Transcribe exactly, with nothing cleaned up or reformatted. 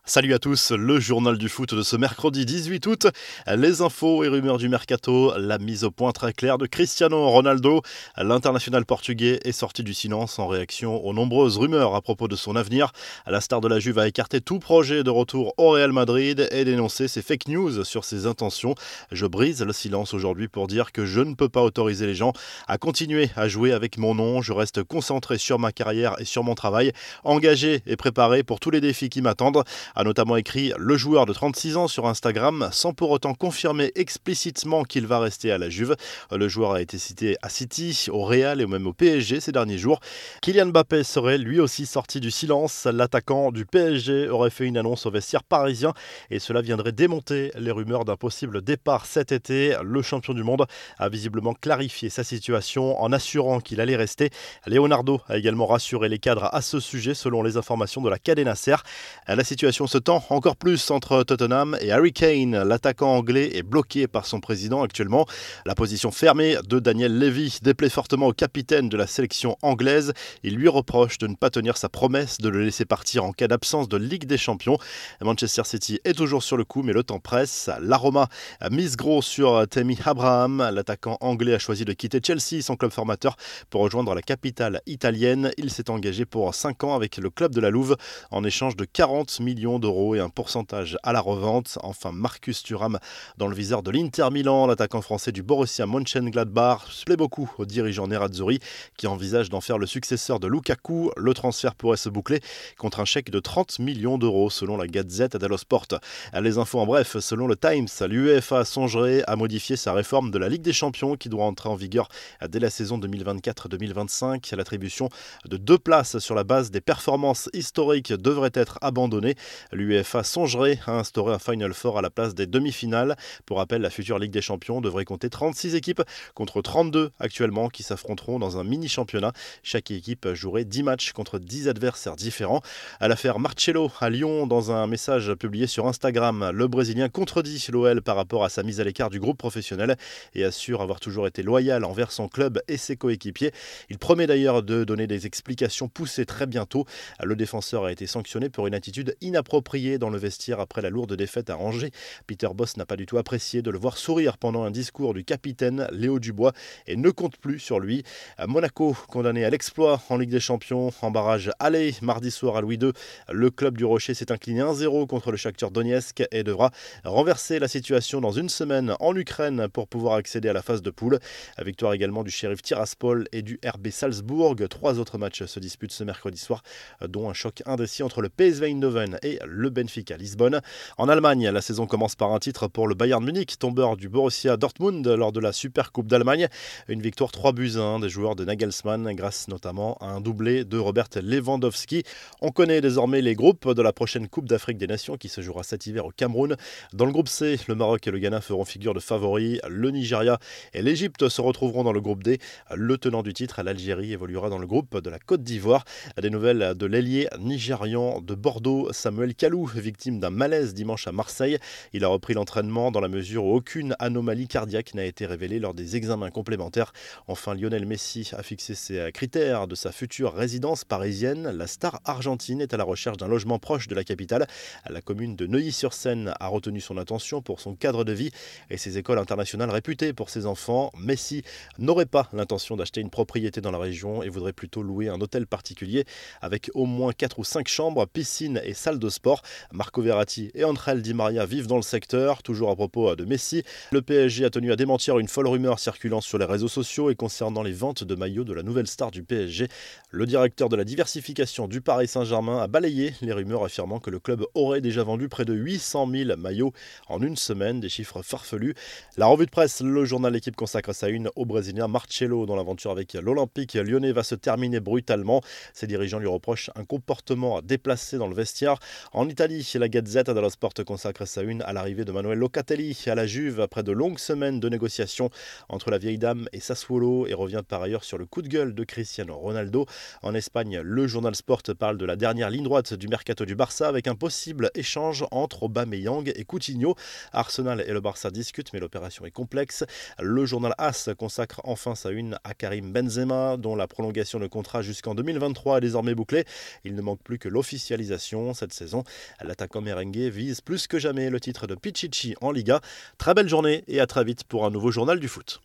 Salut à tous, le journal du foot de ce mercredi dix-huit août. Les infos et rumeurs du mercato, la mise au point très claire de Cristiano Ronaldo. L'international portugais est sorti du silence en réaction aux nombreuses rumeurs à propos de son avenir. La star de la Juve a écarté tout projet de retour au Real Madrid et dénoncé ses fake news sur ses intentions. Je brise le silence aujourd'hui pour dire que je ne peux pas autoriser les gens à continuer à jouer avec mon nom. Je reste concentré sur ma carrière et sur mon travail, engagé et préparé pour tous les défis qui m'attendent, a notamment écrit le joueur de trente-six ans sur Instagram, sans pour autant confirmer explicitement qu'il va rester à la Juve. Le joueur a été cité à City, au Real et même au P S G ces derniers jours. Kylian Mbappé serait lui aussi sorti du silence. L'attaquant du P S G aurait fait une annonce au vestiaire parisien et cela viendrait démonter les rumeurs d'un possible départ cet été. Le champion du monde a visiblement clarifié sa situation en assurant qu'il allait rester. Leonardo a également rassuré les cadres à ce sujet selon les informations de la Cadena Ser. La situation se tend encore plus entre Tottenham et Harry Kane. L'attaquant anglais est bloqué par son président actuellement. La position fermée de Daniel Levy déplaît fortement au capitaine de la sélection anglaise. Il lui reproche de ne pas tenir sa promesse de le laisser partir en cas d'absence de Ligue des Champions. Manchester City est toujours sur le coup, mais le temps presse. La Roma a mise gros sur Tammy Abraham. L'attaquant anglais a choisi de quitter Chelsea, son club formateur, pour rejoindre la capitale italienne. Il s'est engagé pour cinq ans avec le club de la Louve en échange de quarante millions d'euros et un pourcentage à la revente. Enfin, Marcus Thuram dans le viseur de l'Inter Milan. L'attaquant français du Borussia Mönchengladbach plaît beaucoup au dirigeant Nerazzurri qui envisage d'en faire le successeur de Lukaku. Le transfert pourrait se boucler contre un chèque de trente millions d'euros selon la Gazette dello Sport. Les infos en bref, selon le Times, l'UEFA songerait à modifier sa réforme de la Ligue des Champions qui doit entrer en vigueur dès la saison deux mille vingt-quatre deux mille vingt-cinq. L'attribution de deux places sur la base des performances historiques devrait être abandonnée. L'UEFA songerait à instaurer un Final Four à la place des demi-finales. Pour rappel, la future Ligue des Champions devrait compter trente-six équipes contre trente-deux actuellement qui s'affronteront dans un mini-championnat. Chaque équipe jouerait dix matchs contre dix adversaires différents. À l'affaire Marcelo à Lyon, dans un message publié sur Instagram, le Brésilien contredit l'O L par rapport à sa mise à l'écart du groupe professionnel et assure avoir toujours été loyal envers son club et ses coéquipiers. Il promet d'ailleurs de donner des explications poussées très bientôt. Le défenseur a été sanctionné pour une attitude inappropriée dans le vestiaire après la lourde défaite à Angers. Peter Bosz n'a pas du tout apprécié de le voir sourire pendant un discours du capitaine Léo Dubois et ne compte plus sur lui. Monaco, condamné à l'exploit en Ligue des Champions, en barrage aller mardi soir à Louis deux. Le club du Rocher s'est incliné un zéro contre le Shakhtar Donetsk et devra renverser la situation dans une semaine en Ukraine pour pouvoir accéder à la phase de poule. Victoire également du Sheriff Tiraspol et du R B Salzbourg. Trois autres matchs se disputent ce mercredi soir, dont un choc indécis entre le P S V Eindhoven et le Benfica Lisbonne. En Allemagne, la saison commence par un titre pour le Bayern Munich, tombeur du Borussia Dortmund lors de la Super Coupe d'Allemagne. Une victoire trois buts à un des joueurs de Nagelsmann grâce notamment à un doublé de Robert Lewandowski. On connaît désormais les groupes de la prochaine Coupe d'Afrique des Nations qui se jouera cet hiver au Cameroun. Dans le groupe C, le Maroc et le Ghana feront figure de favoris. Le Nigeria et l'Égypte se retrouveront dans le groupe D. Le tenant du titre, l'Algérie, évoluera dans le groupe de la Côte d'Ivoire. Des nouvelles de l'ailier nigérian de Bordeaux, Samuel Kalou, victime d'un malaise dimanche à Marseille. Il a repris l'entraînement dans la mesure où aucune anomalie cardiaque n'a été révélée lors des examens complémentaires. Enfin, Lionel Messi a fixé ses critères de sa future résidence parisienne. La star argentine est à la recherche d'un logement proche de la capitale. La commune de Neuilly-sur-Seine a retenu son attention pour son cadre de vie et ses écoles internationales réputées pour ses enfants. Messi n'aurait pas l'intention d'acheter une propriété dans la région et voudrait plutôt louer un hôtel particulier avec au moins quatre ou cinq chambres, piscine et salle de sport. Marco Verratti et Angel Di Maria vivent dans le secteur. Toujours à propos de Messi, le P S G a tenu à démentir une folle rumeur circulant sur les réseaux sociaux et concernant les ventes de maillots de la nouvelle star du P S G. Le directeur de la diversification du Paris Saint-Germain a balayé les rumeurs affirmant que le club aurait déjà vendu près de huit cent mille maillots en une semaine, des chiffres farfelus. La revue de presse, le journal L'équipe consacre sa une au Brésilien Marcelo dont l'aventure avec l'Olympique lyonnais va se terminer brutalement. Ses dirigeants lui reprochent un comportement déplacé dans le vestiaire. En Italie, la Gazette dello Sport consacre sa une à l'arrivée de Manuel Locatelli à la Juve après de longues semaines de négociations entre la vieille dame et Sassuolo et revient par ailleurs sur le coup de gueule de Cristiano Ronaldo. En Espagne, le journal Sport parle de la dernière ligne droite du mercato du Barça avec un possible échange entre Aubameyang et Coutinho. Arsenal et le Barça discutent mais l'opération est complexe. Le journal AS consacre enfin sa une à Karim Benzema dont la prolongation de contrat jusqu'en deux mille vingt-trois est désormais bouclée. Il ne manque plus que l'officialisation cette saison. saison. L'attaquant merengue vise plus que jamais le titre de Pichichi en Liga. Très belle journée et à très vite pour un nouveau journal du foot.